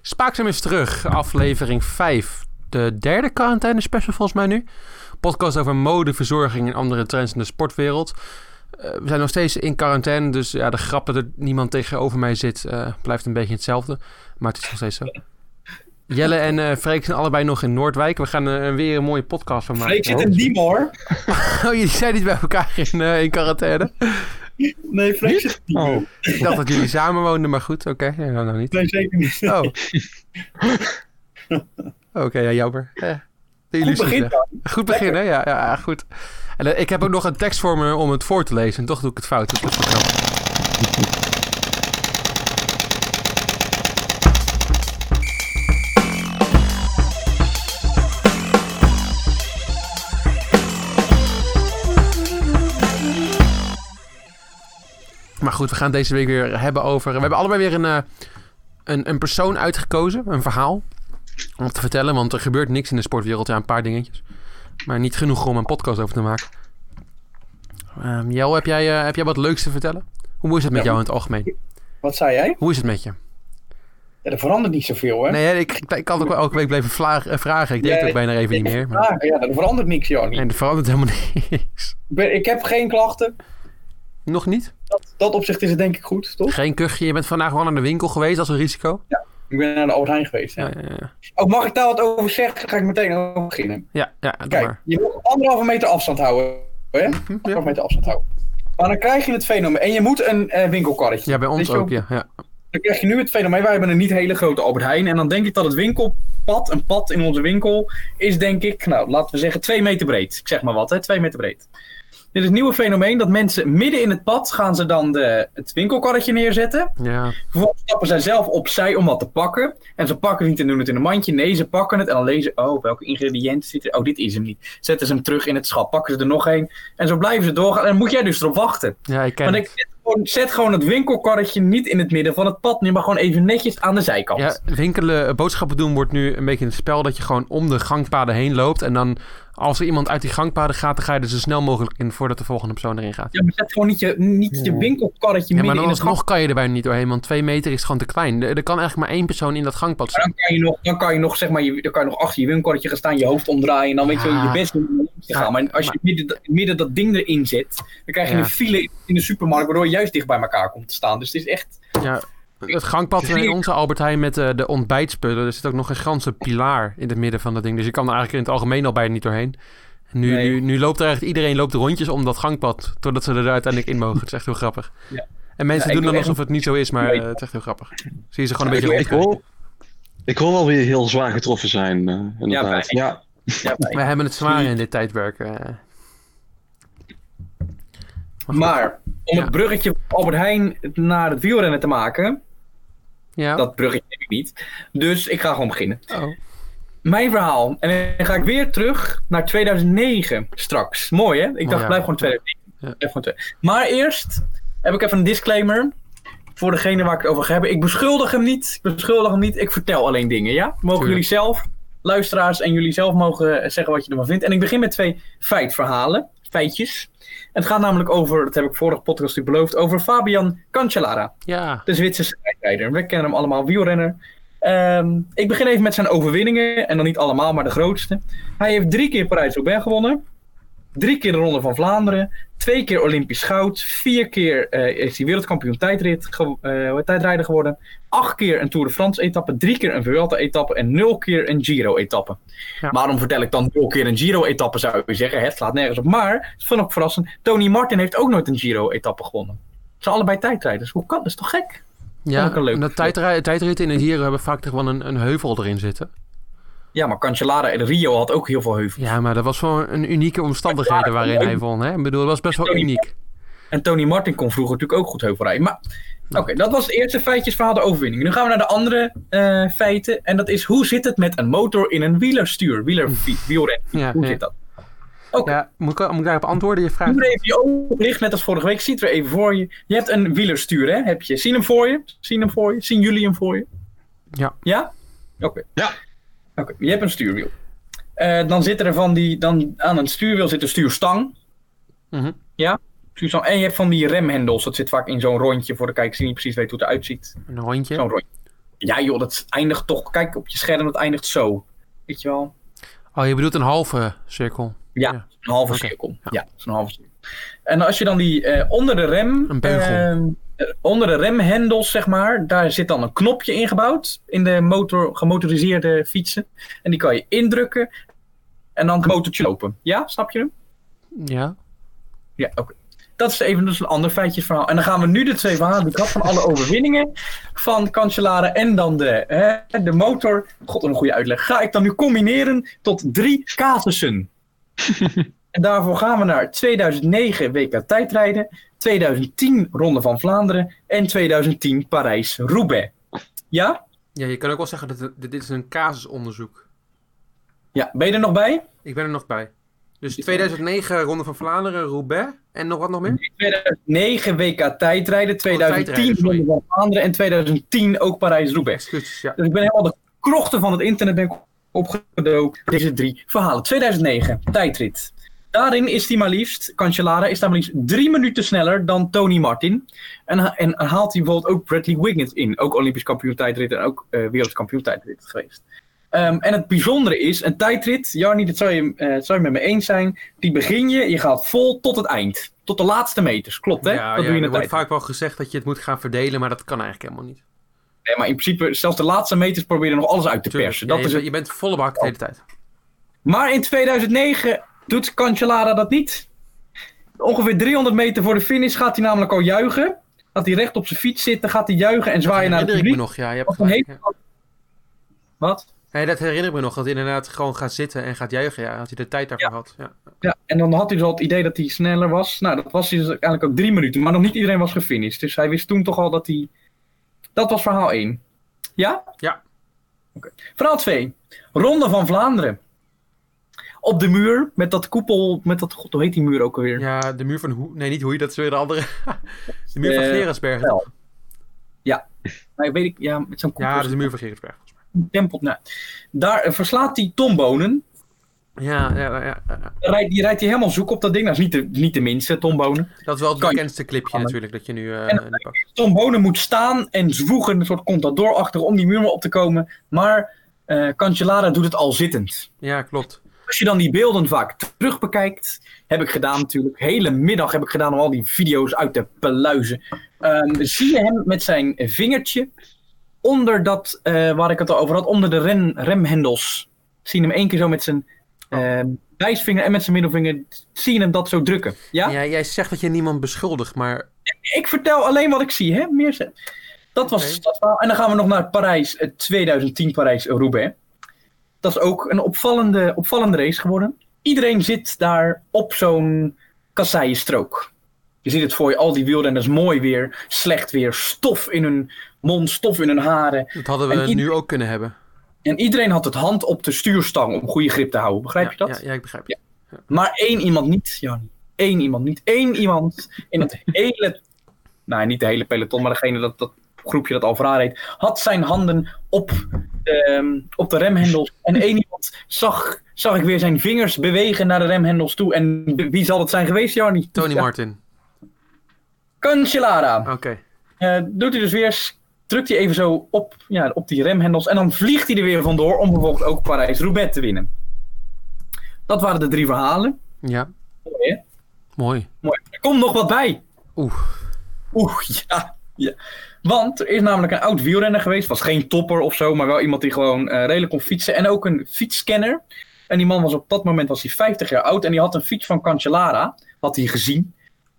Spaakzaam is terug, aflevering 5. De derde quarantaine special volgens mij nu. Podcast over mode, verzorging en andere trends in de sportwereld. We zijn nog steeds in quarantaine, dus ja, de grap dat er niemand tegenover mij zit blijft een beetje hetzelfde. Maar het is nog steeds zo. Jelle en Freek zijn allebei nog in Noordwijk. We gaan weer een mooie podcast van maken. Freek zit in Diemen, hoor. Oh, jullie zijn niet bij elkaar in quarantaine? Nee, Freek zit in Diemen. Oh, ik dacht dat jullie samen woonden, maar goed, oké. Ja, nou niet. Nee, zeker niet. Oh. Oké, ja, jammer. Goed begin dan. Goed begin, hè? Ja, goed. En ik heb ook nog een tekst voor me om het voor te lezen. En toch doe ik het fout. Dat is wel grappig. Maar goed, we gaan deze week weer hebben over... We hebben allebei weer een persoon uitgekozen. Een verhaal. Om te vertellen, want er gebeurt niks in de sportwereld. Ja, een paar dingetjes. Maar niet genoeg om een podcast over te maken. Jel, heb jij wat leuks te vertellen? Hoe is het met jou in het algemeen? Wat zei jij? Hoe is het met je? Ja, er verandert niet zoveel, hè? Nee, ik kan ook elke week blijven vragen. Ik deed het ook bijna even niet meer. Maar... Ja, er verandert niks, Jannie. Nee, er verandert helemaal niks. Ik heb geen klachten. Nog niet? Dat opzicht is het denk ik goed, toch? Geen kuchje. Je bent vandaag gewoon naar de winkel geweest als een risico? Ja, ik ben naar de Albert Heijn geweest. Ja. Oh, mag ik daar wat over zeggen? Ga ik meteen over beginnen. Ja, doe Kijk, maar. je moet 1,5 meter afstand houden. Hè? 1,5 meter afstand houden. Maar dan krijg je het fenomeen. En je moet een winkelkarretje. Ja, bij ons ook, ja. Dan krijg je nu het fenomeen. Wij hebben een niet hele grote Albert Heijn. En dan denk ik dat het winkelpad, een pad in onze winkel, is denk ik, nou, laten we zeggen 2 meter breed. Ik zeg maar wat, hè, 2 meter breed. Dit is het nieuwe fenomeen dat mensen midden in het pad gaan ze dan het winkelkarretje neerzetten. Ja. Vervolgens stappen zij zelf opzij om wat te pakken. En ze pakken het niet en doen het in een mandje. Nee, ze pakken het en dan lezen welke ingrediënten zitten. Oh, dit is hem niet. Zetten ze hem terug in het schap. Pakken ze er nog een. En zo blijven ze doorgaan. En dan moet jij dus erop wachten. Ja, ik ken het. Zet gewoon het winkelkarretje niet in het midden van het pad. Maar gewoon even netjes aan de zijkant. Ja, winkelen, boodschappen doen wordt nu een beetje een spel dat je gewoon om de gangpaden heen loopt. En dan als er iemand uit die gangpaden gaat, dan ga je er zo snel mogelijk in voordat de volgende persoon erin gaat. Ja, maar zet gewoon niet je winkelkarretje midden in het gang. Nog kan je er bijna niet doorheen, want 2 meter is gewoon te klein. Er kan eigenlijk maar 1 persoon in dat gangpad staan. Dan kan je nog zeg maar, dan kan je nog achter je winkelkarretje gaan staan, je hoofd omdraaien en dan weet je je best doen om te gaan. Maar als je midden dat ding erin zet, dan krijg je een file in de supermarkt, waardoor je juist dicht bij elkaar komt te staan. Dus het is echt... Ja. Het gangpad in onze Albert Heijn met de ontbijtspullen, er zit ook nog een ganse pilaar in het midden van dat ding. Dus je kan er eigenlijk in het algemeen al bijna niet doorheen. Nu loopt er eigenlijk iedereen loopt rondjes om dat gangpad, totdat ze er uiteindelijk in mogen. Het is echt heel grappig. Ja. En mensen doen dan alsof het niet zo is, maar het is echt heel grappig. Zie je ze gewoon een beetje rond. Ik hoor wel weer heel zwaar getroffen zijn, inderdaad. Ja. We hebben het zwaar in dit tijdperk. Maar om het bruggetje van Albert Heijn naar het wielrennen te maken, dat bruggetje heb ik niet. Dus ik ga gewoon beginnen. Oh. Mijn verhaal. En dan ga ik weer terug naar 2009 straks. Mooi, hè? Ik dacht, blijf gewoon 2009. Ja. Maar eerst heb ik even een disclaimer voor degene waar ik het over ga hebben. Ik beschuldig hem niet. Ik vertel alleen dingen, ja? Mogen jullie zelf, luisteraars, en jullie zelf mogen zeggen wat je ervan vindt. En ik begin met 2 feitjes. Het gaat namelijk over, dat heb ik vorige podcast natuurlijk beloofd, over Fabian Cancellara. Ja. De Zwitserse strijdrijder. We kennen hem allemaal, wielrenner. Ik begin even met zijn overwinningen. En dan niet allemaal, maar de grootste. Hij heeft 3 keer Parijs-Roubaix gewonnen. 3 keer de Ronde van Vlaanderen. 2 keer Olympisch goud. 4 keer is hij wereldkampioen tijdrijder geworden. 8 keer een Tour de France etappe. 3 keer een Vuelta etappe. En 0 keer een Giro etappe. Ja. Waarom vertel ik dan 0 keer een Giro etappe, zou je zeggen? Het slaat nergens op. Maar, dat vond ik verrassend, Tony Martin heeft ook nooit een Giro etappe gewonnen. Ze zijn allebei tijdrijders. Hoe kan dat? Dat is toch gek? Ja, en dat tijdritten in het Giro hebben vaak toch wel een heuvel erin zitten. Ja, maar Cancellara en Rio had ook heel veel heuvels. Ja, maar dat was gewoon een unieke omstandigheden waarin hij won. Hè? Ik bedoel, dat was best wel uniek. En Tony Martin kon vroeger natuurlijk ook goed heuvelrijden. Maar oké, dat was het eerste feitjesverhaal, de overwinning. Nu gaan we naar de andere feiten. En dat is, hoe zit het met een motor in een wielren? Ja, hoe zit dat? Okay. Ja, moet ik daarop antwoorden? Je vraagt. Doe er even je ogen licht, net als vorige week. Zie het er even voor je. Je hebt een wielerstuur, hè? Heb je. Zien hem voor je? Zien jullie hem voor je? Ja. Ja? Oké. Ja. Oké, je hebt een stuurwiel. Dan zit er dan aan een stuurwiel zit een stuurstang. Mm-hmm. Ja? Stuurstang. En je hebt van die remhendels. Dat zit vaak in zo'n rondje voor de kijkers die niet precies weet hoe het eruit ziet. Een rondje? Zo'n rondje. Ja joh, dat eindigt toch... Kijk op je scherm, dat eindigt zo. Weet je wel? Oh, je bedoelt een halve cirkel. Ja, Ja. een halve Oké. cirkel. Ja. Ja, dat is een halve cirkel. En als je dan die onder de rem... Een beugel. Onder de remhendels, zeg maar, daar zit dan een knopje ingebouwd in de gemotoriseerde fietsen. En die kan je indrukken en dan het motortje lopen. Ja, snap je hem? Ja. Ja, oké. Dat is even dus een ander feitjesverhaal. En dan gaan we nu de 2 verhalen die ik had van alle overwinningen van Cancellara en dan de motor. God, een goede uitleg. Ga ik dan nu combineren tot 3 casussen. En daarvoor gaan we naar 2009 WK tijdrijden, 2010 Ronde van Vlaanderen en 2010 Parijs-Roubaix. Ja? Ja, je kan ook wel zeggen dat dit is een casusonderzoek. Ja, ben je er nog bij? Ik ben er nog bij. Dus 2009 Ronde van Vlaanderen, Roubaix. En nog wat nog meer? 2009 WK tijdrijden, 2010 tijdrijden, sorry. Ronde van Vlaanderen en 2010 ook Parijs-Roubaix. Excuses, ja. Dus ik ben helemaal de krochten van het internet ben ik opgedoken. Deze 3 verhalen. 2009, tijdrit. Daarin is hij maar liefst, Cancellara is daar maar liefst 3 minuten sneller dan Tony Martin. En haalt hij bijvoorbeeld ook Bradley Wiggins in. Ook Olympisch kampioen tijdrit en ook wereldkampioen tijdrit geweest. En het bijzondere is, een tijdrit, Jarni, dat zou je met me eens zijn. Die begin je gaat vol tot het eind. Tot de laatste meters, klopt hè? Ja, dat doe je in er een wordt tijdrit. vaak wel gezegd dat je het moet gaan verdelen, maar dat kan eigenlijk helemaal niet. Nee, maar in principe, zelfs de laatste meters probeer je nog alles uit te Tuurlijk. persen. Ja, Dat is het. je bent volle bak de hele tijd. Maar in 2009 doet Cancellara dat niet. Ongeveer 300 meter voor de finish gaat hij namelijk al juichen. Gaat hij recht op zijn fiets zitten, gaat hij juichen en zwaaien naar het herinner ik me publiek. nog, ja. Je hebt Wat een gelijk, hele- ja. Wat? Ja, dat herinner ik me nog, dat hij inderdaad gewoon gaat zitten en gaat juichen. Ja, had hij de tijd daarvoor had. Ja. Ja, en dan had hij dus al het idee dat hij sneller was. Nou, dat was hij dus eigenlijk ook 3 minuten. Maar nog niet iedereen was gefinished. Dus hij wist toen toch al dat hij... Dat was verhaal 1. Ja? Ja. Oké. Verhaal 2. Ronde van Vlaanderen. Op de muur, met dat koepel... God, hoe heet die muur ook alweer? Ja, de muur van Nee, niet Hoei, dat is weer de andere. De muur van Eh, Gerardsbergen. wel. Ja. Maar weet ik... Ja, met zo'n koepel... Ja, dat is de muur van Gerardsbergen. Tempel, nou. Daar verslaat hij Tom Bonen. Ja. Die rijdt hij helemaal zoek op dat ding. Dat is niet de minste, Tom Bonen. Dat is wel het Kan je- bekendste clipje natuurlijk dat je nu pakt. Tom Bonen moet staan en zwoegen, een soort contador achter om die muur maar op te komen. Maar Cancellara doet het al zittend. Ja, klopt. Als je dan die beelden vaak terug bekijkt, heb ik gedaan natuurlijk. Hele middag heb ik gedaan om al die video's uit te peluizen. Zie je hem met zijn vingertje onder dat, waar ik het al over had, onder de remhendels. Zie je hem 1 keer zo met zijn wijsvinger en met zijn middelvinger, zie je hem dat zo drukken. Ja? Ja, jij zegt dat je niemand beschuldigt, maar Ik vertel alleen wat ik zie, hè? Meer zeg. Dat was Oké. dat verhaal. En dan gaan we nog naar Parijs, 2010 Parijs-Roubaix. Dat is ook een opvallende race geworden. Iedereen zit daar op zo'n kasseienstrook. Je ziet het voor je, al die wielrenners, mooi weer, slecht weer, stof in hun mond, stof in hun haren. dat hadden we En nu ook kunnen hebben. En iedereen had het hand op de stuurstang om goede grip te houden. Begrijp je dat? Ja, ik begrijp het. Maar 1 iemand niet, Jannie. 1 iemand niet. 1 iemand in het hele... Nou, niet de hele peloton, maar degene dat groepje dat al reed, had zijn handen op de remhendels. En 1 iemand zag ik weer zijn vingers bewegen naar de remhendels toe. En wie zal het zijn geweest, Jannie? Tony Ja, Martin. Cancellara. Oké. Doet hij dus weer, drukt hij even zo op die remhendels. En dan vliegt hij er weer vandoor om bijvoorbeeld ook Parijs-Roubaix te winnen. Dat waren de 3 verhalen. Ja, Mooi, hè? mooi. Mooi. Er komt nog wat bij. Oeh. Ja. Want er is namelijk een oud wielrenner geweest. Was geen topper of zo, maar wel iemand die gewoon redelijk kon fietsen. En ook een fietsscanner. En die man was op dat moment 50 jaar oud. En die had een fiets van Cancellara. Had hij gezien.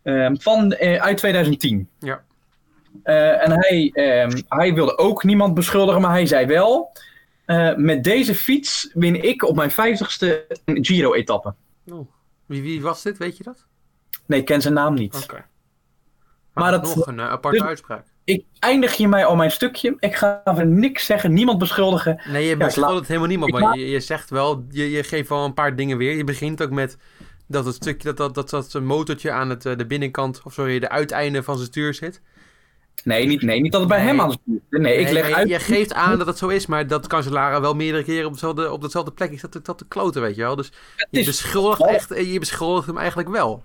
Uit 2010. Ja. En hij wilde ook niemand beschuldigen. Maar hij zei wel... met deze fiets win ik op mijn 50ste een Giro-etappe. Oh. Wie was dit, weet je dat? Nee, ik ken zijn naam niet. Oké. Maar Maar dat- nog een aparte dus- uitspraak. Ik eindig hiermee al mijn stukje. Ik ga over niks zeggen, niemand beschuldigen. Nee, je beschuldigt helemaal niemand, ik maar je zegt wel, je geeft wel een paar dingen weer. Je begint ook met dat het stukje, dat een motortje aan de binnenkant, of sorry, de uiteinde van zijn stuur zit. Nee, niet dat het bij Nee. hem aan het stuur zit. Nee, ik leg maar uit. je geeft aan dat het zo is, maar dat Cancellara wel meerdere keren op dezelfde plek is. Dat te kloten, weet je wel. Dus je is- beschuldigt hem eigenlijk wel.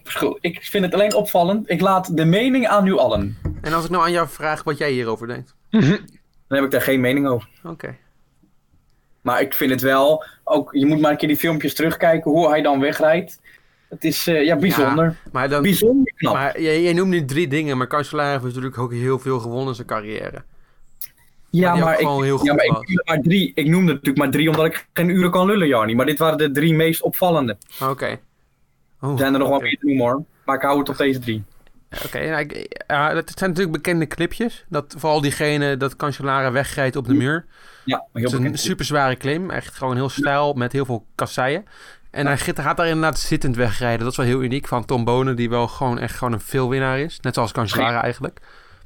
Ik vind het alleen opvallend. Ik laat de mening aan u allen. En als ik nou aan jou vraag wat jij hierover denkt. Dan heb ik daar geen mening over. Oké. Maar ik vind het wel, ook, je moet maar een keer die filmpjes terugkijken, hoe hij dan wegrijdt. Het is bijzonder. Maar dan, Bijzonder knap. maar jij noemt nu 3 dingen, maar Cancellara heeft natuurlijk ook heel veel gewonnen in zijn carrière. Ja, maar gewoon heel goed was. ik noemde natuurlijk maar 3 omdat ik geen uren kan lullen, Jarnie. Maar dit waren de 3 meest opvallende. Oké. Er zijn er nog wel meer te noemen hoor. Maar ik hou het op deze 3. Oké, dat zijn natuurlijk bekende clipjes. Dat vooral diegene dat Cancellara wegrijdt op de muur. Ja, Het heel is een bekend. super zware klim. Echt gewoon heel stijl met heel veel kasseien. En hij gaat daar inderdaad zittend wegrijden. Dat is wel heel uniek van Tom Bonen, die wel gewoon een veelwinnaar is. Net zoals Cancellara eigenlijk.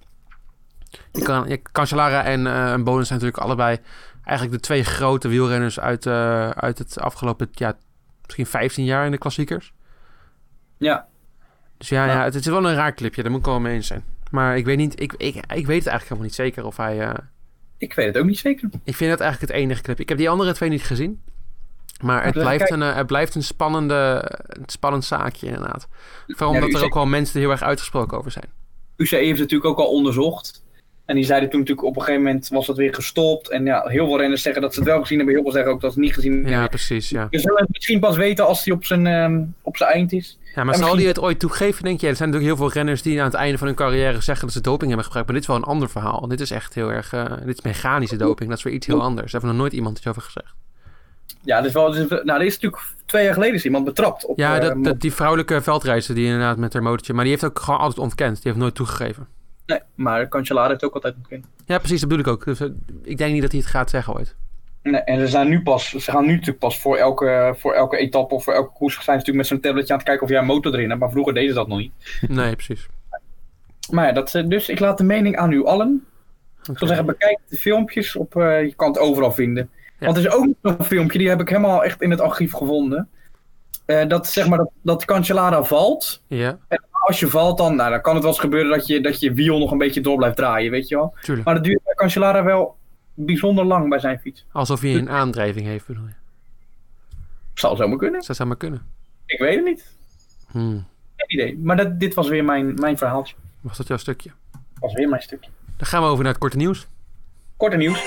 Cancellara en Bonen zijn natuurlijk allebei eigenlijk de 2 grote wielrenners uit het afgelopen, misschien 15 jaar in de klassiekers. Ja. Dus ja, het is wel een raar clipje, daar moet ik wel mee eens zijn. Maar ik weet niet, ik weet het eigenlijk helemaal niet zeker of hij... Ik weet het ook niet zeker. Ik vind dat eigenlijk het enige clip. Ik heb die andere 2 niet gezien. Maar het blijft een spannend zaakje inderdaad. Vooral omdat er ook wel mensen er heel erg uitgesproken over zijn. UCI heeft het natuurlijk ook al onderzocht. En die zeiden toen natuurlijk op een gegeven moment was het weer gestopt. En ja, heel veel renners zeggen dat ze het wel gezien hebben. Heel veel zeggen ook dat ze het niet gezien hebben. Ja, precies, ja. We zullen het misschien pas weten als hij op zijn eind is. Ja, maar zal hij het ooit toegeven, denk je? Er zijn natuurlijk heel veel renners die aan het einde van hun carrière zeggen dat ze doping hebben gebruikt. Maar dit is wel een ander verhaal. Dit is echt heel erg... dit is mechanische doping. Dat is weer iets heel anders. Daar heeft nog nooit iemand iets over gezegd. Ja, er is natuurlijk 2 jaar geleden is iemand betrapt. Die vrouwelijke veldreizer die inderdaad met haar motortje... Maar die heeft ook gewoon altijd ontkend. Die heeft nooit toegegeven. Nee, maar Cancellara heeft ook altijd ontkend. Ja, precies. Dat bedoel ik ook. Dus, ik denk niet dat hij het gaat zeggen ooit. Nee, en ze gaan nu natuurlijk pas voor elke etappe of voor elke koers... zijn ze natuurlijk met zo'n tabletje aan het kijken of jij een motor erin hebt. Maar vroeger deden ze dat nog niet. Nee, precies. Maar ja, dus ik laat de mening aan u allen. Ik zou zeggen, bekijk de filmpjes. Je kan het overal vinden. Ja. Want er is ook nog een filmpje, die heb ik helemaal echt in het archief gevonden. Dat Cancellara valt. Ja. En als je valt dan kan het wel eens gebeuren dat je wiel nog een beetje door blijft draaien, weet je wel. Tuurlijk. Maar dat duurt bij Cancellara wel bijzonder lang bij zijn fiets. Alsof hij een aandrijving heeft, bedoel je? Zou zomaar kunnen. Dat zou maar kunnen. Ik weet het niet. Geen idee. Maar dit was weer mijn verhaaltje. Was dat jouw stukje? Was weer mijn stukje. Dan gaan we over naar het korte nieuws. Korte nieuws.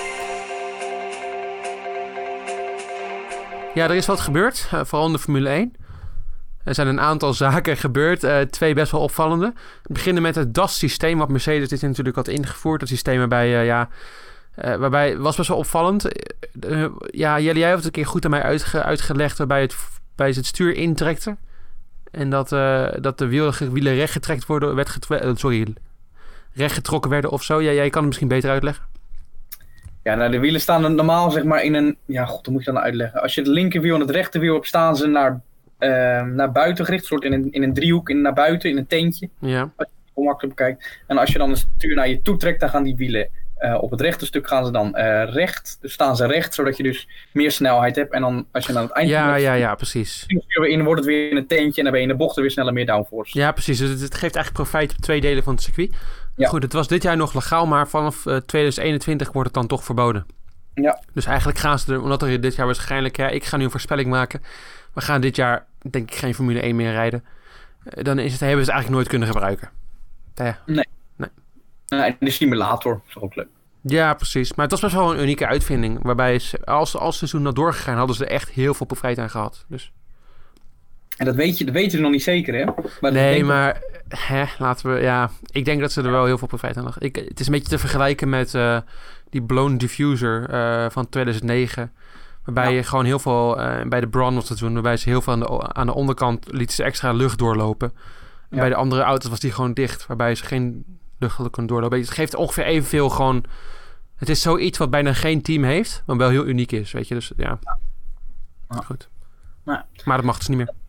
Ja, er is wat gebeurd, vooral in de Formule 1. Er zijn een aantal zaken gebeurd, 2 best wel opvallende. We beginnen met het DAS-systeem, wat Mercedes dit natuurlijk had ingevoerd. Dat systeem waarbij was best wel opvallend. Jelle, jij hebt het een keer goed aan mij uitgelegd, waarbij het stuur intrekte. En dat de wielen rechtgetrokken werden of zo. Jij kan het misschien beter uitleggen. Ja, nou, de wielen staan normaal zeg maar in een... Ja, god, hoe moet je dat nou uitleggen? Als je het linkerwiel en het rechterwiel hebt, staan ze naar buiten gericht. Soort in een driehoek naar buiten, in een tentje. Ja. Als je het onmakkelijk bekijkt. En als je dan het stuur naar je toe trekt, dan gaan die wielen op het rechte stuk gaan ze dan recht. Dus staan ze recht, zodat je dus meer snelheid hebt. En dan als je aan het eind... Ja, precies. Dan wordt het weer in een tentje en dan ben je in de bochten weer sneller meer downforce. Ja, precies. Dus het geeft eigenlijk profijt op 2 delen van het circuit. Ja. Goed, het was dit jaar nog legaal, maar vanaf 2021 wordt het dan toch verboden. Ja. Dus eigenlijk gaan ze er, omdat er dit jaar waarschijnlijk... Ja, ik ga nu een voorspelling maken. We gaan dit jaar, denk ik, geen Formule 1 meer rijden. Dan hebben ze het eigenlijk nooit kunnen gebruiken. Nee. En de simulator is ook leuk. Ja, precies. Maar het was best wel een unieke uitvinding. Waarbij als het seizoen had doorgegaan, hadden ze er echt heel veel profijt aan gehad. Dus... En dat weten ze nog niet zeker, hè? Laten we... Ja, ik denk dat ze er wel heel veel profijt aan hadden. Het is een beetje te vergelijken met die Blown Diffuser van 2009. Waarbij je gewoon heel veel... bij de Brawn was het toen, waarbij ze heel veel aan de onderkant lieten ze extra lucht doorlopen. En bij de andere auto's was die gewoon dicht, waarbij ze geen lucht kunnen doorlopen. Het geeft ongeveer evenveel gewoon... Het is zoiets wat bijna geen team heeft, maar wel heel uniek is, weet je. Dus ja. Goed. Maar dat mag dus niet meer.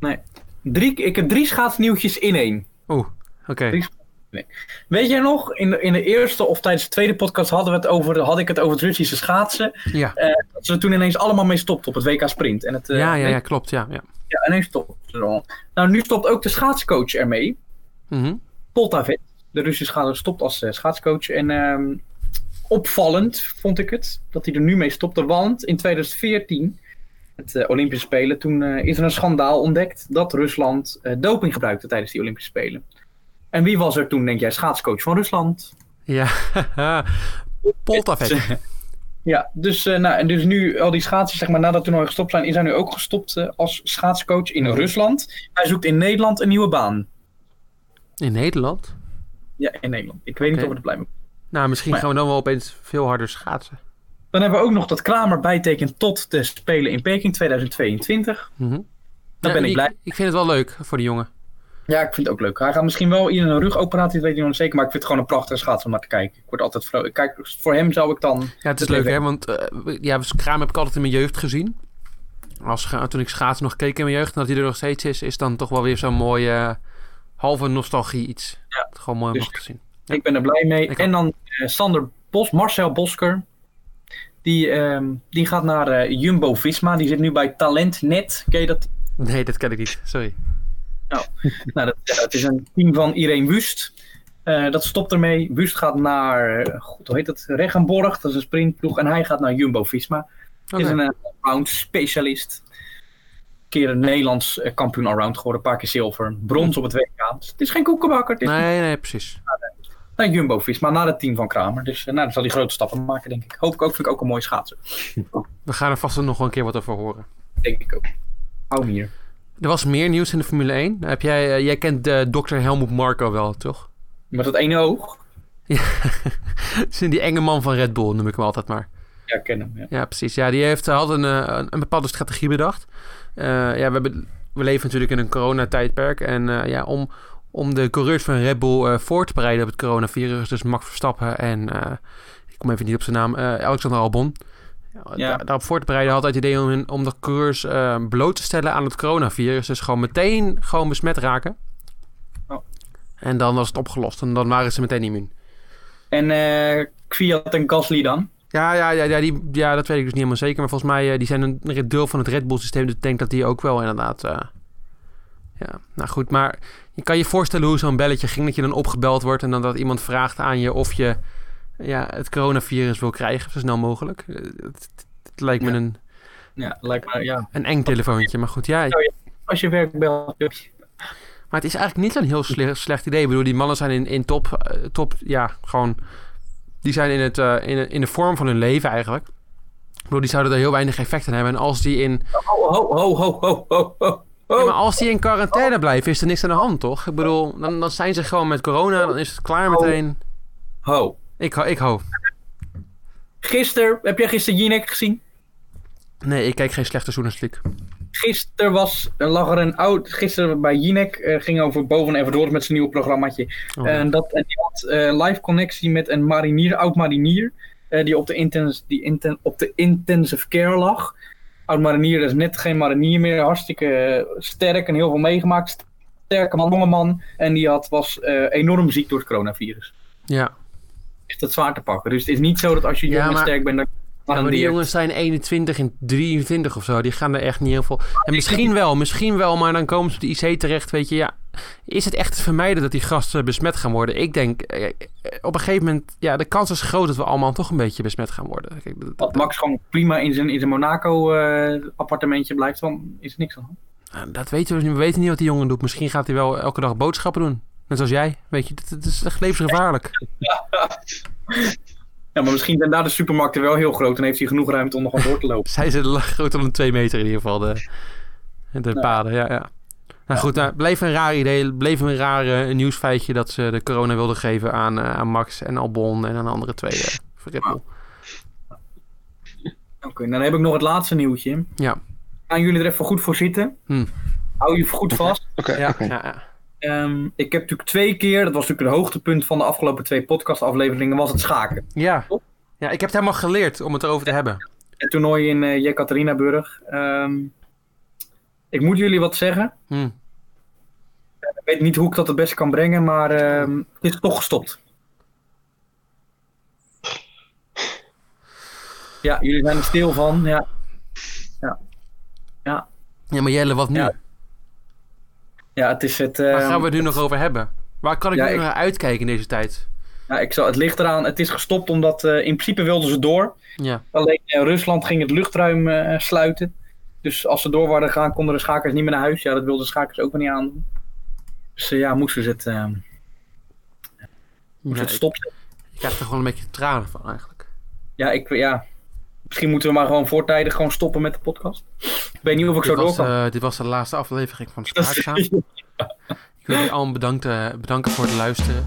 Nee. Ik heb 3 schaatsnieuwtjes in 1. Oeh, oké. Weet jij nog, in de eerste of tijdens de tweede podcast had ik het over het Russische schaatsen. Ja. Dat ze er toen ineens allemaal mee stopten op het WK Sprint. En het, klopt, ja. Ja, ineens stopt ze er al. Nou, nu stopt ook de schaatscoach ermee. Poltavet, de Russische schaatser, stopt als schaatscoach. En opvallend vond ik het, dat hij er nu mee stopte. Want in 2014, het Olympische Spelen, toen is er een schandaal ontdekt dat Rusland doping gebruikte tijdens die Olympische Spelen. En wie was er toen, denk jij, schaatscoach van Rusland? Ja, Poltavec. Ja, dus, en dus nu al die schaatsers, zeg maar, nadat toernooien gestopt zijn, is hij nu ook gestopt als schaatscoach in Rusland. Hij zoekt in Nederland een nieuwe baan. In Nederland? Ja, in Nederland. Ik weet niet of we er blij mee. Nou, misschien gaan we dan wel opeens veel harder schaatsen. Dan hebben we ook nog dat Kramer bijtekent tot de Spelen in Peking 2022. Mm-hmm. Dan ben ik blij. Ik vind het wel leuk voor de jongen. Ja, ik vind het ook leuk. Hij gaat misschien wel in een rugoperatie, dat weet ik nog zeker. Maar ik vind het gewoon een prachtige schaats om naar te kijken. Ik word altijd vrolijk. Kijk, voor hem zou ik dan... Ja, het is leuk hè, want Kramer heb ik altijd in mijn jeugd gezien. Toen ik schaatsen nog keek in mijn jeugd en dat hij er nog steeds is dan toch wel weer zo'n mooie halve nostalgie iets. Ja. Het gewoon mooi om Dus nog te zien. Ja. Ik ben er blij mee. En dan Marcel Bosker. Die gaat naar Jumbo-Visma. Die zit nu bij Talentnet. Ken je dat? Nee, dat ken ik niet. Sorry. Nou, het is een team van Irene Wust. Dat stopt ermee. Wust gaat naar, hoe heet het? Regenborg. Dat is een sprintploeg. En hij gaat naar Jumbo-Visma. Okay. Is een allround specialist. Een keer een Nederlands kampioen allround geworden. Een paar keer zilver. Brons op het WK. Dus het is geen koekenbakker. Nee, precies. Naar Jumbo-Visma, naar het team van Kramer. Dus dan zal hij grote stappen maken, denk ik. Vind ik ook een mooie schaatser. We gaan er vast nog wel een keer wat over horen. Denk ik ook. Hou hem hier. Er was meer nieuws in de Formule 1. Jij kent Dr. Helmut Marko wel, toch? Met dat ene oog? Ja, het is die enge man van Red Bull, noem ik hem altijd maar. Ja, ik ken hem. Ja, ja precies. Ja, die had een bepaalde strategie bedacht. We leven natuurlijk in een coronatijdperk. En om de coureurs van Red Bull voor te bereiden op het coronavirus, dus Max Verstappen en ik kom even niet op zijn naam, Alexander Albon. Daarop voor te bereiden had hij het idee om de coureurs bloot te stellen aan het coronavirus. Dus gewoon meteen besmet raken. Oh. En dan was het opgelost. En dan waren ze meteen immuun. En Kvyat en Gasly dan? Ja, dat weet ik dus niet helemaal zeker. Maar volgens mij die zijn een deel van het Red Bull systeem. Dus ik denk dat die ook wel inderdaad... nou goed. Maar je kan je voorstellen hoe zo'n belletje ging. Dat je dan opgebeld wordt. En dan dat iemand vraagt aan je of je het coronavirus wil krijgen. Zo snel mogelijk. Het lijkt me een eng telefoontje. Maar goed, als je werk belt... Maar het is eigenlijk niet zo'n heel slecht idee. Ik bedoel, die mannen zijn in top, gewoon... Die zijn in de vorm van hun leven eigenlijk. Ik bedoel, die zouden er heel weinig effect aan hebben. En als die in... Ja, maar als die in quarantaine blijven, is er niks aan de hand, toch? Ik bedoel, dan zijn ze gewoon met corona. Dan is het klaar meteen. Ik ho. Heb jij gisteren Jinek gezien? Nee, ik kijk geen slechte journalistiek. Gisteren bij Jinek ging over Boven en Verdoors met zijn nieuwe programmaatje. En die had live connectie met een oud-marinier, die op de intensive care lag. Oud-marinier, dat is net geen marinier meer, hartstikke sterk en heel veel meegemaakt. Sterke man, jonge man. En die was enorm ziek door het coronavirus. Ja. Echt het zwaar te pakken. Dus het is niet zo dat als je jong en sterk bent... maar die jongens zijn 21 en 23 of zo. Die gaan er echt niet heel veel... En misschien wel, maar dan komen ze op de IC terecht, weet je. Ja, is het echt te vermijden dat die gasten besmet gaan worden? Ik denk, op een gegeven moment... Ja, de kans is groot dat we allemaal toch een beetje besmet gaan worden. Kijk, dat Max gewoon prima in zijn Monaco appartementje blijft, dan is er niks aan. Dat weten we niet. We weten niet wat die jongen doet. Misschien gaat hij wel elke dag boodschappen doen. Net als jij. Weet je, het is echt levensgevaarlijk. Ja, maar misschien zijn daar de supermarkten wel heel groot en heeft hij genoeg ruimte om nog aan door te lopen. Zij zijn groter dan 2 meter in ieder geval, de paden. Ja. Nou goed, bleef een raar idee, bleef een raar nieuwsfeitje dat ze de corona wilden geven aan Max en Albon en aan de andere 2 voor Red Bull. Oké, dan heb ik nog het laatste nieuwtje. Ja. Gaan jullie er even goed voor zitten? Hou je goed vast. Oké. Ik heb natuurlijk 2 keer, dat was natuurlijk het hoogtepunt van de afgelopen 2 podcastafleveringen, was het schaken. Ja, ik heb het helemaal geleerd om het erover te hebben. Het toernooi in Jekaterinaburg. Ik moet jullie wat zeggen. Ik weet niet hoe ik dat het beste kan brengen, maar het is toch gestopt. Ja, jullie zijn er stil van. Ja, maar Jelle, wat nu? Ja, het is het... Waar gaan we het nu nog over hebben? Waar kan ik nu naar uitkijken in deze tijd? Ja, het ligt eraan. Het is gestopt omdat in principe wilden ze door. Ja. Alleen Rusland ging het luchtruim sluiten. Dus als ze door waren gaan, konden de schakers niet meer naar huis. Ja, dat wilden de schakers ook weer niet aandoen. Dus moesten ze het stoppen. krijg er gewoon een beetje tranen van eigenlijk. Ja, misschien moeten we maar gewoon voortijdig gewoon stoppen met de podcast. Ik weet niet of ik zo door kan. Dit was de laatste aflevering van Spraakzaam. Ik wil jullie allemaal bedanken voor het luisteren.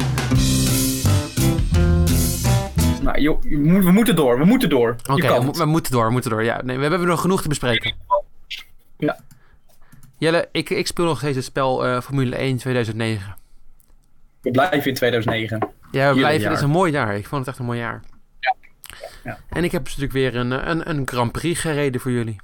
Nou, joh, we moeten door. We moeten door. We moeten door. Ja, nee, we hebben nog genoeg te bespreken. Ja. Jelle, ik speel nog steeds het spel Formule 1 2009. We blijven in 2009. Ja, we blijven. Het is een mooi jaar. Ik vond het echt een mooi jaar. Ja. En ik heb dus natuurlijk weer een Grand Prix gereden voor jullie.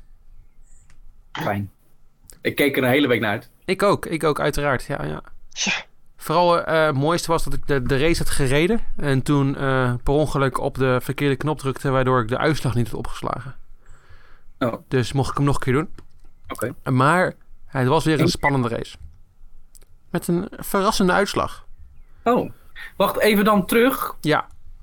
Fijn. Ik keek er een hele week naar uit. Ik ook uiteraard. Ja. Vooral het mooiste was dat ik de race had gereden. En toen per ongeluk op de verkeerde knop drukte, waardoor ik de uitslag niet had opgeslagen. Oh. Dus mocht ik hem nog een keer doen. Oké. Maar het was weer een spannende race. Met een verrassende uitslag. Oh. Wacht, even dan terug. Ja.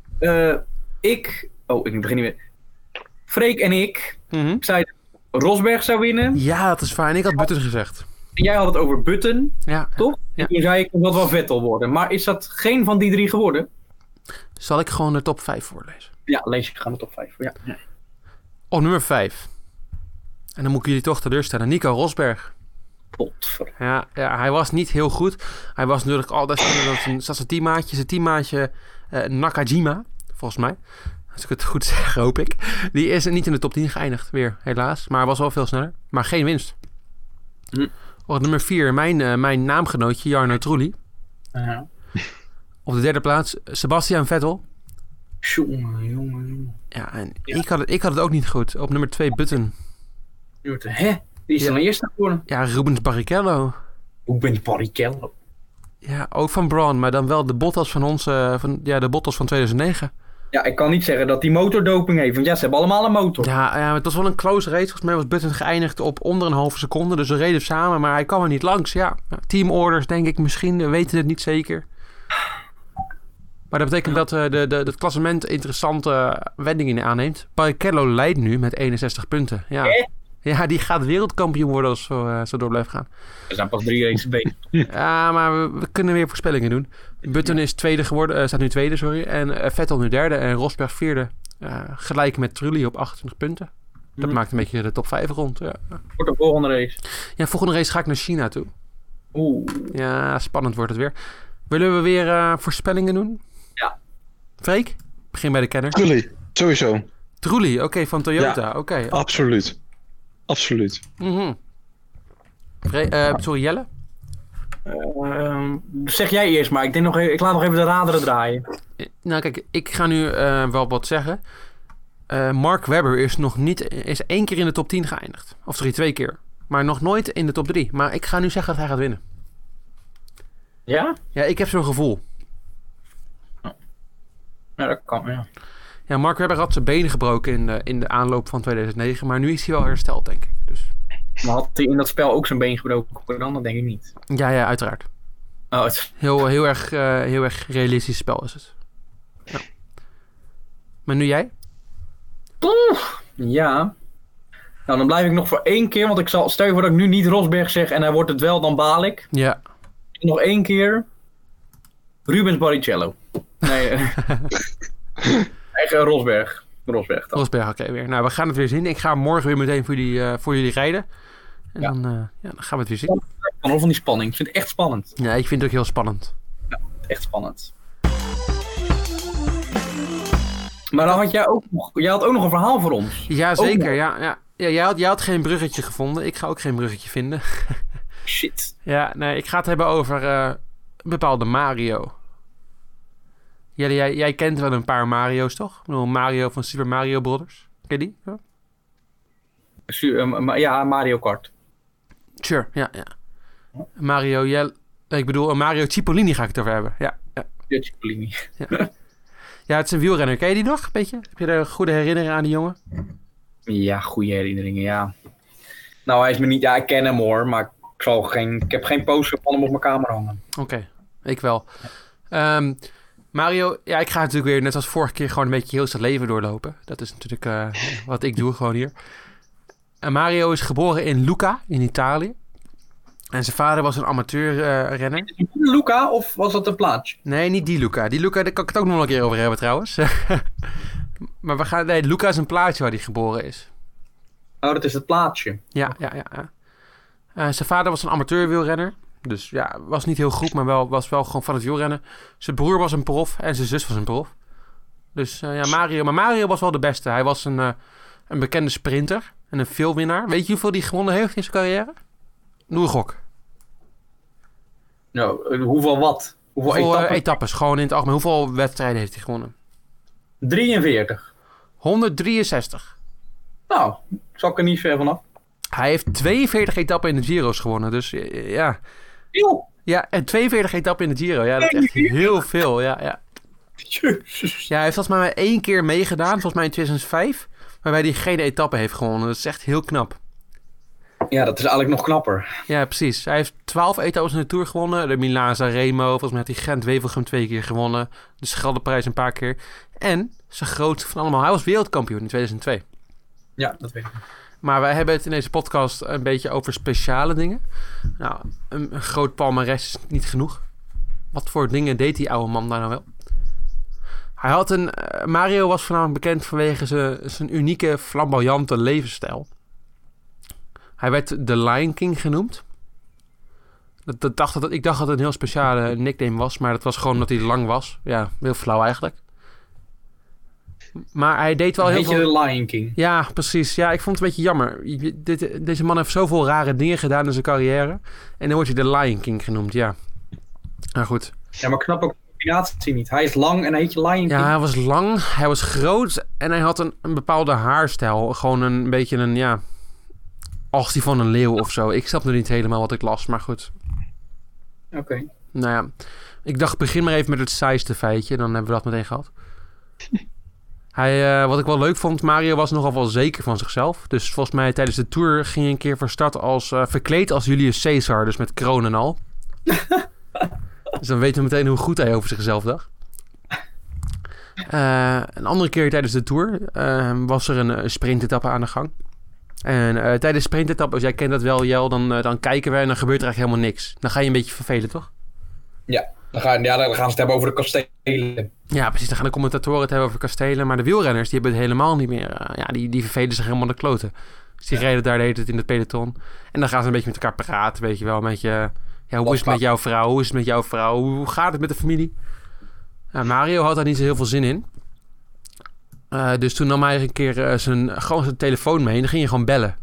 Ik begin niet meer. Freek en ik Mhm. zeiden Rosberg zou winnen. Ja, dat is fijn. Ik had Button gezegd. En jij had het over Button, Ja. toch? Ja. En toen zei ik, dat wel Vettel worden. Maar is dat geen van die 3 geworden? Zal ik gewoon de top 5 voorlezen? Ja, lees je. Gaan de top 5. Ja. Op nummer 5. En dan moet ik jullie toch teleurstellen. Nico Rosberg. Potver. Ja, hij was niet heel goed. Hij was natuurlijk altijd zijn teammaatje Nakajima, volgens mij. Als ik het goed zeg, hoop ik. Die is niet in de top 10 geëindigd, weer, helaas. Maar hij was wel veel sneller. Maar geen winst. Op nummer 4, mijn naamgenootje Jarno Trulli. Ja. Op de 3e plaats, Sebastian Vettel. Jongen. Ja, en ik had het ook niet goed. Op nummer 2, Button. Hè? Die is dan eerste geworden. Ja, Rubens Barrichello. Hoe ben je Barrichello? Ja, ook van Braun, maar dan wel de Bottas van ons, de Bottas van 2009. Ja, ik kan niet zeggen dat die motordoping heeft. Want ja, ze hebben allemaal een motor. Ja, het was wel een close race. Volgens mij was Button geëindigd op onder een halve seconde. Dus ze reden samen, maar hij kwam er niet langs. Ja, teamorders denk ik misschien. We weten het niet zeker. Maar dat betekent dat het klassement interessante wendingen aanneemt. Barrichello leidt nu met 61 punten. Ja, die gaat wereldkampioen worden als zo door blijft gaan. We zijn pas 3 races bezig. Ja, maar we kunnen weer voorspellingen doen. Button is tweede geworden, staat nu tweede, sorry. En Vettel nu derde en Rosberg vierde. Gelijk met Trulli op 28 punten. Dat maakt een beetje de top 5 rond. Ja. Voor de volgende race. Ja, volgende race ga ik naar China toe. Oeh. Ja, spannend wordt het weer. Willen we weer voorspellingen doen? Ja. Freek? Begin bij de kenner. Trulli, sowieso. Trulli, oké, van Toyota. Ja, oké. Absoluut. Sorry, Jelle? Zeg jij eerst maar. Ik laat nog even de raderen draaien. Nou kijk, ik ga nu wel wat zeggen. Mark Webber is 1 keer in de top 10 geëindigd. Of sorry, 2 keer. Maar nog nooit in de top 3. Maar ik ga nu zeggen dat hij gaat winnen. Ja? Ja, ik heb zo'n gevoel. Ja, dat kan, ja. Ja, Mark Webber had zijn benen gebroken in de aanloop van 2009. Maar nu is hij wel hersteld, denk ik. Dus. Maar had hij in dat spel ook zijn been gebroken dan? Dat denk ik niet. Ja, uiteraard. Oh, het... Heel erg realistisch spel is het. Ja. Maar nu jij? Ja. Nou, dan blijf ik nog voor 1 keer. Want stel je voor dat ik nu niet Rosberg zeg en hij wordt het wel, dan baal ik. Ja. Nog 1 keer. Rubens Barrichello. Nee. Eigen Rosberg. Rosberg, oké, weer. Nou, we gaan het weer zien. Ik ga morgen weer meteen voor jullie rijden. En dan gaan we het weer zien. Van die spanning. Ik vind het echt spannend. Ja, ik vind het ook heel spannend. Ja, echt spannend. Maar dan had jij had ook nog een verhaal voor ons. Ja, zeker. Ja, jij had geen bruggetje gevonden. Ik ga ook geen bruggetje vinden. Shit. Ja, nee, ik ga het hebben over een bepaalde Mario. Jij kent wel een paar Mario's, toch? Ik bedoel, Mario van Super Mario Brothers. Ken je die? Ja, Mario Kart. Sure, ja. Mario, ik bedoel, Mario Cipollini ga ik het over hebben. Ja. Cipollini. Ja, het is een wielrenner. Ken je die nog, een beetje? Heb je er goede herinneringen aan die jongen? Ja, goede herinneringen, ja. Nou, hij is me niet... Ja, ik ken hem hoor, maar ik heb geen poster van hem op mijn kamer hangen. Oké, ik wel. Mario, ja, ik ga natuurlijk weer net als vorige keer gewoon een beetje heel zijn leven doorlopen. Dat is natuurlijk wat ik doe gewoon hier. Mario is geboren in Lucca, in Italië. En zijn vader was een amateurrenner. Luca of was dat een plaatsje? Nee, niet die Luca. Die Luca, daar kan ik het ook nog wel een keer over hebben trouwens. Maar Luca is een plaatsje waar hij geboren is. Oh, dat is het plaatsje. Ja. Zijn vader was een amateurwielrenner. Dus ja, was niet heel goed, maar was wel gewoon van het wielrennen. Zijn broer was een prof en zijn zus was een prof. Dus Mario. Maar Mario was wel de beste. Hij was een bekende sprinter en een veelwinnaar. Weet je hoeveel hij gewonnen heeft in zijn carrière? Doe een gok. Nou, hoeveel wat? Hoeveel etappes? Gewoon in het algemeen. Hoeveel wedstrijden heeft hij gewonnen? 43. 163. Nou, zal ik er niet ver vanaf. Hij heeft 42 etappen in de Giro's gewonnen. Dus ja. Yo. Ja, en 42 etappen in de Giro. Ja, dat is echt heel veel. Ja. Jezus. Ja, hij heeft volgens mij maar 1 keer meegedaan. Volgens mij in 2005. Waarbij hij geen etappe heeft gewonnen. Dat is echt heel knap. Ja, dat is eigenlijk nog knapper. Ja, precies. Hij heeft 12 etappes in de Tour gewonnen. De Milaan-San Remo. Volgens mij heeft hij Gent-Wevelgem 2 keer gewonnen. De Scheldeprijs een paar keer. En zijn grootste van allemaal. Hij was wereldkampioen in 2002. Ja, dat weet ik. Maar wij hebben het in deze podcast een beetje over speciale dingen. Nou, een groot palmares is niet genoeg. Wat voor dingen deed die oude man daar nou wel? Hij had Mario was voornamelijk bekend vanwege zijn unieke, flamboyante levensstijl. Hij werd de Lion King genoemd. Ik dacht dat het een heel speciale nickname was, maar dat was gewoon dat hij lang was. Ja, heel flauw eigenlijk. Maar hij deed wel heel veel... de Lion King. Ja, precies. Ja, ik vond het een beetje jammer. Deze man heeft zoveel rare dingen gedaan in zijn carrière. En dan wordt hij de Lion King genoemd, ja. Nou goed. Ja, maar ik snap ook de combinatie niet. Hij is lang en hij heet je Lion King. Ja, hij was lang, hij was groot en hij had een bepaalde haarstijl. Gewoon een beetje een, als die van een leeuw of zo. Ik snap nu niet helemaal wat ik las, maar goed. Oké. Nou ja, ik dacht begin maar even met het saaiste feitje. Dan hebben we dat meteen gehad. Wat ik wel leuk vond, Mario was nogal wel zeker van zichzelf. Dus volgens mij tijdens de Tour ging hij een keer van start verkleed als Julius Caesar. Dus met kroon en al. Dus dan weten we meteen hoe goed hij over zichzelf dacht. Een andere keer tijdens de Tour was er een sprintetappe aan de gang. En tijdens sprintetappes, jij kent dat wel, Jel, dan kijken we en dan gebeurt er eigenlijk helemaal niks. Dan ga je een beetje vervelen, toch? Ja, dan gaan ze het hebben over de kastelen. Ja, precies. Dan gaan de commentatoren het hebben over kastelen. Maar de wielrenners, die hebben het helemaal niet meer. Die vervelen zich helemaal de kloten. Dus die rijden daar de hele tijd in het peloton. En dan gaan ze een beetje met elkaar praten, weet je wel. Hoe is het met jouw vrouw? Hoe is het met jouw vrouw? Hoe gaat het met de familie? Mario had daar niet zo heel veel zin in. Dus toen nam hij een keer gewoon zijn telefoon mee en dan ging je gewoon bellen.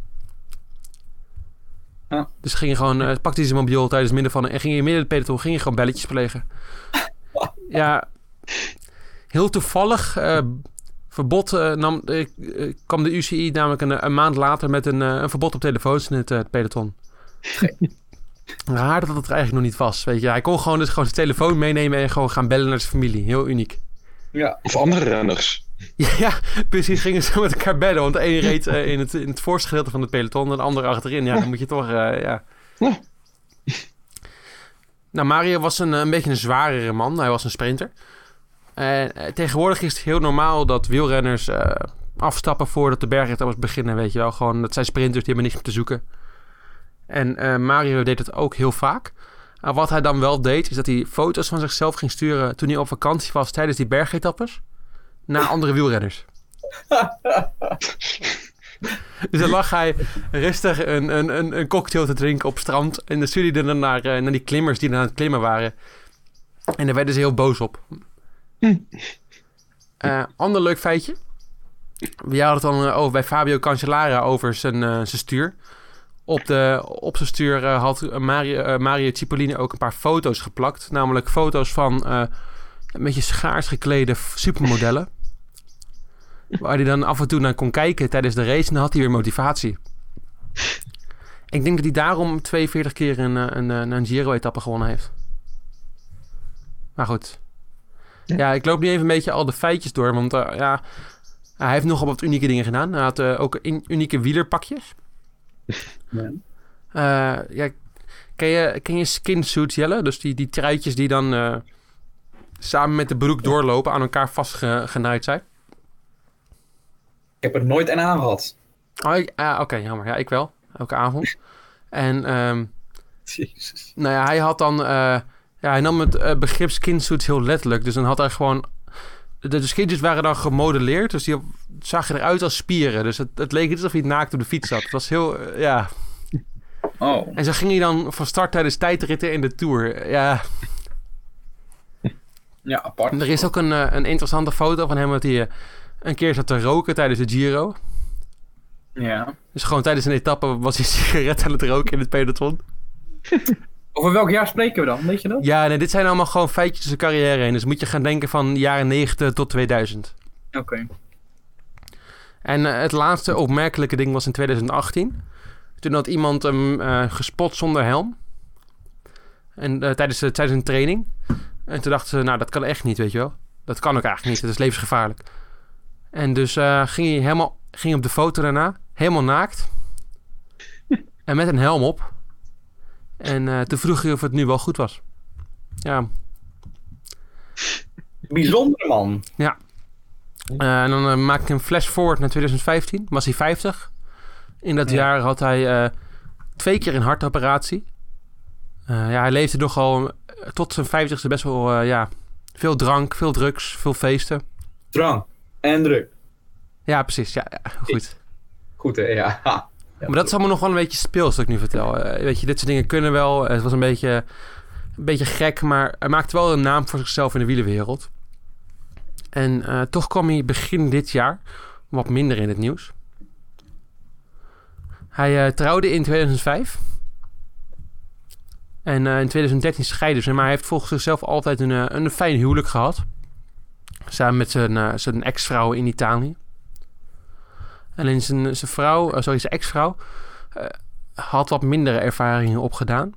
Ja. Dus ging je gewoon, pakte hij zijn mobiel tijdens midden van en ging je midden in het peloton, ging je gewoon belletjes plegen. Ja, heel toevallig kwam de UCI namelijk een maand later met een verbod op telefoons in het peloton. Raar dat het er eigenlijk nog niet was, weet je. Hij kon gewoon zijn telefoon meenemen en gewoon gaan bellen naar zijn familie. Heel uniek. Ja. Of andere renners. Ja, precies. Gingen ze met elkaar bellen. Want de ene reed in het voorste gedeelte van het peloton en de andere achterin. Ja, dan moet je toch, ja. Nou, Mario was een beetje een zwarere man. Hij was een sprinter. Tegenwoordig is het heel normaal dat wielrenners afstappen voordat de bergetappes beginnen, weet je wel. Gewoon, dat zijn sprinters, die hebben niks meer te zoeken. En Mario deed het ook heel vaak. Wat hij dan wel deed, is dat hij foto's van zichzelf ging sturen toen hij op vakantie was tijdens die bergetappes naar andere wielrenners. Dus dan lag hij rustig een cocktail te drinken op strand en dan stuurde hij dan naar die klimmers die aan het klimmen waren. En daar werden ze heel boos op. Ander leuk feitje. We hadden het dan bij Fabio Cancellara over zijn stuur. Op zijn stuur had Mario Cipollini ook een paar foto's geplakt. Namelijk foto's van een beetje schaars geklede supermodellen. Waar hij dan af en toe naar kon kijken tijdens de race. En dan had hij weer motivatie. Ik denk dat hij daarom 42 keer een Giro-etappe gewonnen heeft. Maar goed. Ja, ik loop nu even een beetje al de feitjes door. Want hij heeft nogal wat unieke dingen gedaan. Hij had ook unieke wielerpakjes. Ja. Ken je skinsuits, Jelle? Dus die truitjes die dan samen met de broek doorlopen, aan elkaar vastgenaaid zijn. Ik heb er nooit een aangehad. Oké, jammer. Ja, ik wel. Elke avond. En Jezus. Nou ja, hij had dan... hij nam het begrip skinsuits heel letterlijk. Dus dan had hij gewoon... De skinsuits waren dan gemodelleerd. Dus die zag eruit als spieren. Dus het leek niet alsof hij naakt op de fiets zat. Het was heel... Oh. En zo ging hij dan van start tijdens tijdritten in de Tour. Ja. Ja, apart. Er is ook een interessante foto van hem... dat hij een keer zat te roken tijdens de Giro. Ja. Dus gewoon tijdens een etappe was hij sigaret aan het roken in het peloton. Over welk jaar spreken we dan? Weet je dat? Ja, nee, dit zijn allemaal gewoon feitjes zijn carrière heen. Dus moet je gaan denken van jaren 90 tot 2000. Oké. En het laatste opmerkelijke ding was in 2018. Toen had iemand hem gespot zonder helm. En tijdens een training. En toen dachten ze, nou, dat kan echt niet, weet je wel. Dat kan ook eigenlijk niet, het is levensgevaarlijk. En dus ging hij op de foto daarna, helemaal naakt. En met een helm op. En toen vroeg hij of het nu wel goed was. Ja. Bijzonder man. Ja. En dan maak ik een flash forward naar 2015. Was hij 50. In dat jaar had hij 2 keer een hartoperatie. Hij leefde nogal tot zijn 50ste best wel... veel drank, veel drugs, veel feesten. Drank en druk. Ja, precies. Ja, goed. Goed, hè? Ja. Maar dat is allemaal nog wel een beetje speels dat ik nu vertel. Weet je, dit soort dingen kunnen wel. Het was een beetje gek, maar hij maakte wel een naam voor zichzelf in de wielerwereld. En toch kwam hij begin dit jaar wat minder in het nieuws. Hij trouwde in 2005. En in 2013 scheidden ze, maar hij heeft volgens zichzelf altijd een fijn huwelijk gehad. Samen met zijn ex-vrouw in Italië. Alleen zijn ex-vrouw had wat mindere ervaringen opgedaan.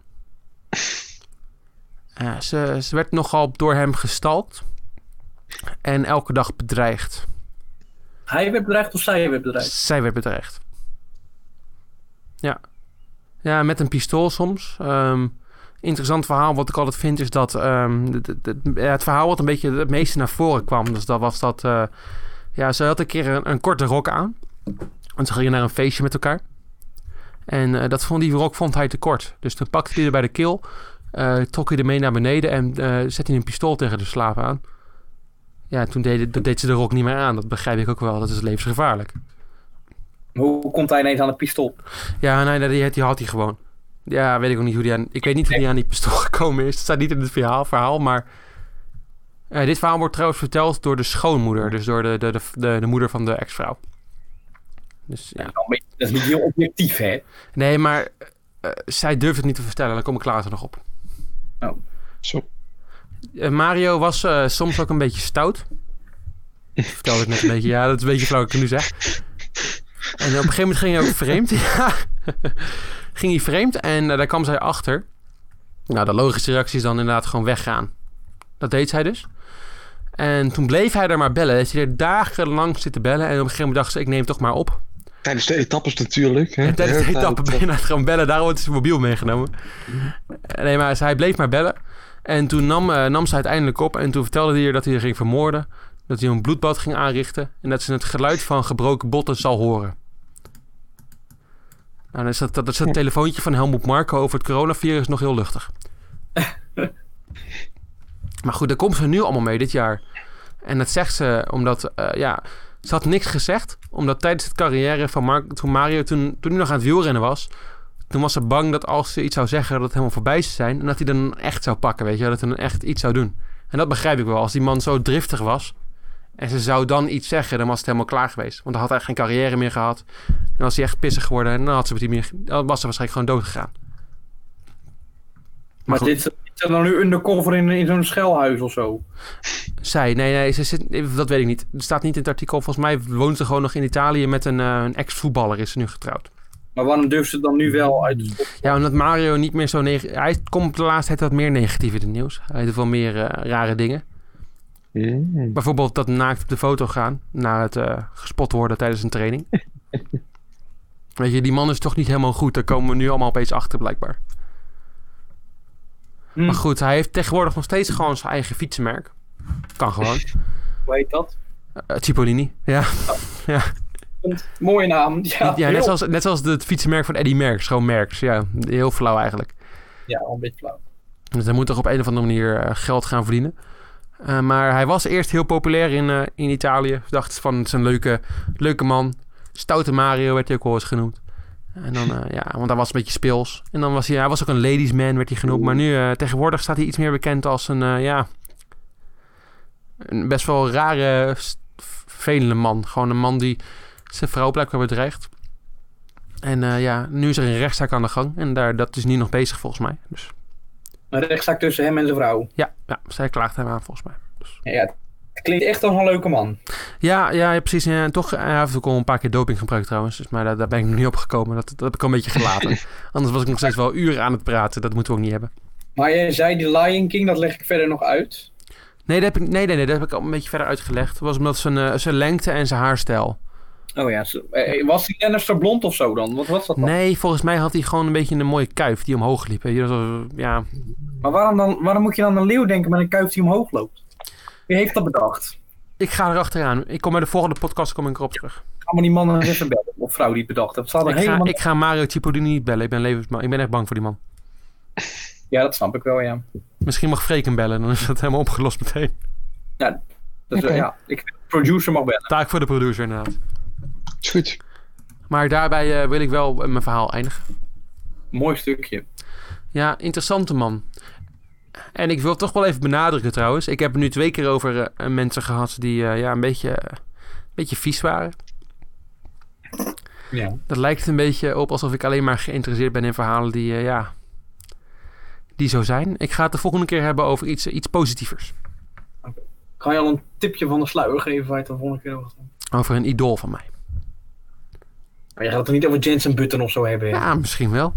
Ze werd nogal door hem gestalkt. En elke dag bedreigd. Hij werd bedreigd of zij werd bedreigd? Zij werd bedreigd. Ja. Ja, met een pistool soms. Interessant verhaal wat ik altijd vind is dat... het verhaal wat een beetje het meeste naar voren kwam. Dus dat was dat... ze had een keer een korte rok aan. Want ze gingen naar een feestje met elkaar. En die rok vond hij te kort. Dus toen pakte hij er bij de keel. Trok hij er mee naar beneden. En zette hij een pistool tegen de slaap aan. Ja, toen deed ze de rok niet meer aan. Dat begrijp ik ook wel. Dat is levensgevaarlijk. Hoe komt hij ineens aan het pistool? Ja, nee, die had hij gewoon. Ja, weet ik ook niet hoe die aan... Ik weet niet hoe die aan die pistool gekomen is. Het staat niet in het verhaal, maar... dit verhaal wordt trouwens verteld door de schoonmoeder. Dus door de moeder van de ex-vrouw. Dus, ja. Dat is niet heel objectief, hè? Nee, maar zij durft het niet te vertellen. Daar kom ik later nog op. Oh. Zo. Mario was soms ook een beetje stout. Ik vertelde het net een beetje. Ja, dat is een beetje flauw wat ik nu zeg. En op een gegeven moment ging hij ook vreemd. Ja. Ging hij vreemd en daar kwam zij achter. Nou, de logische reactie is dan inderdaad gewoon weggaan. Dat deed zij dus. En toen bleef hij er maar bellen. Heeft hij er dagenlang zitten bellen. En op een gegeven moment dacht ze, ik neem het toch maar op. Tijdens de etappes natuurlijk. Hè? En tijdens de etappe ben je gewoon bellen. Daarom wordt zijn mobiel meegenomen. Nee, maar hij bleef maar bellen. En toen nam ze uiteindelijk op. En toen vertelde hij haar dat hij er ging vermoorden. Dat hij een bloedbad ging aanrichten. En dat ze het geluid van gebroken botten zal horen. Nou, dat is het telefoontje van Helmut Marko over het coronavirus nog heel luchtig. Maar goed, daar komt ze nu allemaal mee dit jaar. En dat zegt ze omdat... ze had niks gezegd. Omdat tijdens het carrière van Mario... Toen hij nog aan het wielrennen was... Toen was ze bang dat als ze iets zou zeggen... dat het helemaal voorbij zou zijn. En dat hij dan echt zou pakken, weet je. Dat hij dan echt iets zou doen. En dat begrijp ik wel. Als die man zo driftig was... En ze zou dan iets zeggen, dan was het helemaal klaar geweest. Want dan had hij geen carrière meer gehad. Dan was hij echt pissig geworden. En dan was ze waarschijnlijk gewoon dood gegaan. Maar dit zit dan nu undercover in zo'n schuilhuis of zo? Nee, ze zit, dat weet ik niet. Het staat niet in het artikel. Volgens mij woont ze gewoon nog in Italië met een ex-voetballer. Is ze nu getrouwd. Maar waarom durft ze dan nu wel uit de sport? Ja, omdat Mario niet meer zo negatief... Hij komt de laatste tijd wat meer negatief in het nieuws. Hij doet wel meer rare dingen. Bijvoorbeeld dat naakt op de foto gaan... na het gespot worden tijdens een training. Weet je, die man is toch niet helemaal goed. Daar komen we nu allemaal opeens achter, blijkbaar. Maar goed, hij heeft tegenwoordig nog steeds gewoon zijn eigen fietsenmerk. Kan gewoon. Hoe heet dat? Cipollini, ja. Oh. Ja. Mooie naam. Ja, net zoals het fietsenmerk van Eddy Merckx. Gewoon Merckx, ja. Heel flauw eigenlijk. Ja, al een beetje flauw. Dus hij moet toch op een of andere manier geld gaan verdienen. Maar hij was eerst heel populair in Italië. Ze dachten van, het is een leuke man. Stoute Mario werd hij ook wel eens genoemd. En dan, want hij was een beetje speels. En dan was hij was ook een ladies man, werd hij genoemd. Maar nu, tegenwoordig staat hij iets meer bekend als een best wel rare, vervelende man. Gewoon een man die zijn vrouw blijkbaar bedreigt. En nu is er een rechtszaak aan de gang. En dat is nu nog bezig volgens mij. Dus. Een rechtszaak tussen hem en zijn vrouw. Ja, zij klaagt hem aan volgens mij. Dus. Ja, het klinkt echt als een leuke man. Ja, precies. Ja, en toch, hij heeft ook al een paar keer doping gebruikt trouwens. Dus, maar daar ben ik nog niet op gekomen. Dat heb ik al een beetje gelaten. Anders was ik nog steeds wel uren aan het praten. Dat moeten we ook niet hebben. Maar jij zei die Lion King, dat leg ik verder nog uit. Nee, dat heb ik al een beetje verder uitgelegd. Dat was omdat zijn lengte en zijn haarstijl. Oh ja, was die Lannister blond of zo dan? Wat was dat dan? Nee, volgens mij had hij gewoon een beetje een mooie kuif die omhoog liep. Ja. Maar waarom moet je dan aan een leeuw denken met een kuif die omhoog loopt? Wie heeft dat bedacht? Ik ga erachteraan. Ik kom bij de volgende podcast erop terug. Ga maar die man eens even bellen. Of vrouw die het bedacht heeft. Ik ga Mario Cipollini niet bellen. Ik ben echt bang voor die man. Ja, dat snap ik wel, ja. Misschien mag Freek hem bellen. Dan is dat helemaal opgelost meteen. Ja, ik vind de producer mag bellen. Taak voor de producer inderdaad. Is goed. Maar daarbij wil ik wel mijn verhaal eindigen. Mooi stukje. Ja, interessante man. En ik wil toch wel even benadrukken trouwens. Ik heb het nu 2 keer over mensen gehad die een beetje vies waren. Ja. Dat lijkt een beetje op alsof ik alleen maar geïnteresseerd ben in verhalen die zo zijn. Ik ga het de volgende keer hebben over iets positievers. Okay. Ga je al een tipje van de sluier geven waar je het de volgende keer over gaat? Over een idool van mij. Maar je gaat het er niet over Jensen Button of zo hebben? Ja, misschien wel.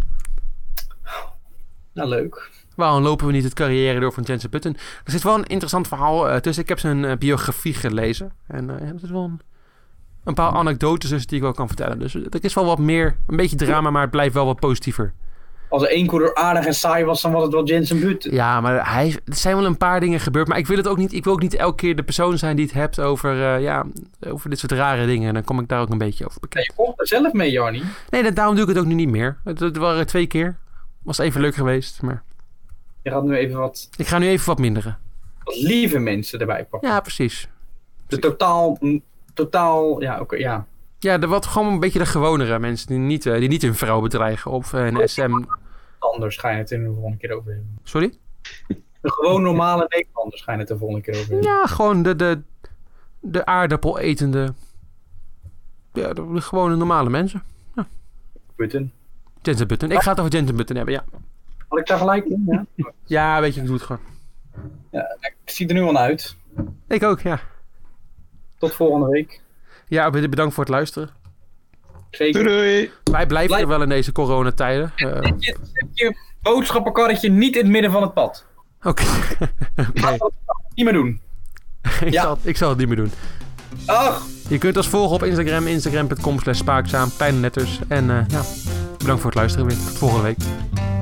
Nou, leuk. Waarom lopen we niet het carrière door van Jensen Button? Er zit wel een interessant verhaal tussen. Ik heb zijn biografie gelezen. En er zit wel een paar anekdotes tussen die ik wel kan vertellen. Dus er is wel wat meer, een beetje drama, maar het blijft wel wat positiever. Als er 1 coureur aardig en saai was, dan was het wel Jensen Button. Ja, maar er zijn wel een paar dingen gebeurd. Maar ik wil het ook niet. Ik wil ook niet elke keer de persoon zijn die het hebt over dit soort rare dingen. En dan kom ik daar ook een beetje over bekend. Ja, je komt er zelf mee, Jarnie. Nee, daarom doe ik het ook nu niet meer. Het waren 2 keer. Was even leuk geweest, maar... Je gaat nu even wat... Ik ga nu even wat minderen. Wat lieve mensen erbij pakken. Ja, precies. De totaal... Ja, oké, ja. Ja, gewoon een beetje de gewonere mensen die niet hun vrouw bedreigen of een SM... Anders ga je het er de volgende keer over hebben. Sorry? De gewoon normale Nederlanders ga je het de volgende keer over hebben. Ja, gewoon de aardappel etende... Ja, de gewone normale mensen. Ja. Button. Jensen Button. Ik ga het over Jensen Button hebben, ja. Had ik daar gelijk in? Ja, ja, weet je, ik doe het gewoon. Ja, ik zie er nu al uit. Ik ook, ja. Tot volgende week. Ja, bedankt voor het luisteren. Zeker. Doei. Wij blijven er wel in deze coronatijden. Zet je boodschappenkarretje niet in het midden van het pad. Oké. Ga dat niet meer doen. Ik zal het niet meer doen. Ach! Je kunt ons volgen op Instagram. Instagram.com/spaakzaam. Kleine letters. En bedankt voor het luisteren weer. Tot volgende week.